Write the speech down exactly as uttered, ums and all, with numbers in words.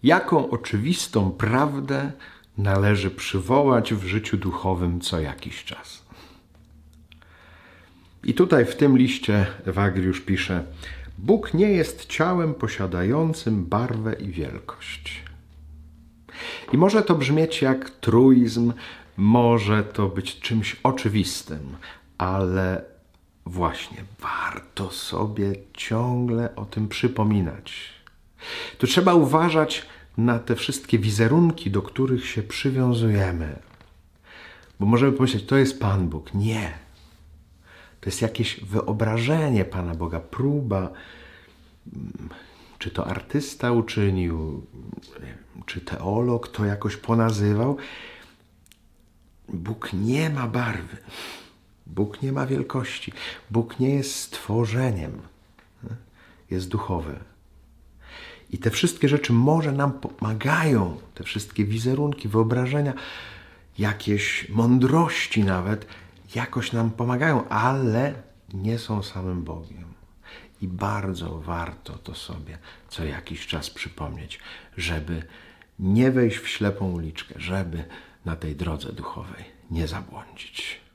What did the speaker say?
jaką oczywistą prawdę należy przywołać w życiu duchowym co jakiś czas. I tutaj w tym liście Ewagriusz pisze: Bóg nie jest ciałem posiadającym barwę i wielkość. I może to brzmieć jak truizm, może to być czymś oczywistym, ale właśnie warto sobie ciągle o tym przypominać. Tu trzeba uważać na te wszystkie wizerunki, do których się przywiązujemy. Bo możemy pomyśleć, to jest Pan Bóg. Nie. To jest jakieś wyobrażenie Pana Boga, próba, czy to artysta uczynił, czy teolog to jakoś ponazywał. Bóg nie ma barwy. Bóg nie ma wielkości. Bóg nie jest stworzeniem. Jest duchowy. I te wszystkie rzeczy może nam pomagają, te wszystkie wizerunki, wyobrażenia, jakieś mądrości nawet, jakoś nam pomagają, ale nie są samym Bogiem. I bardzo warto to sobie co jakiś czas przypomnieć, żeby nie wejść w ślepą uliczkę, żeby na tej drodze duchowej nie zabłądzić.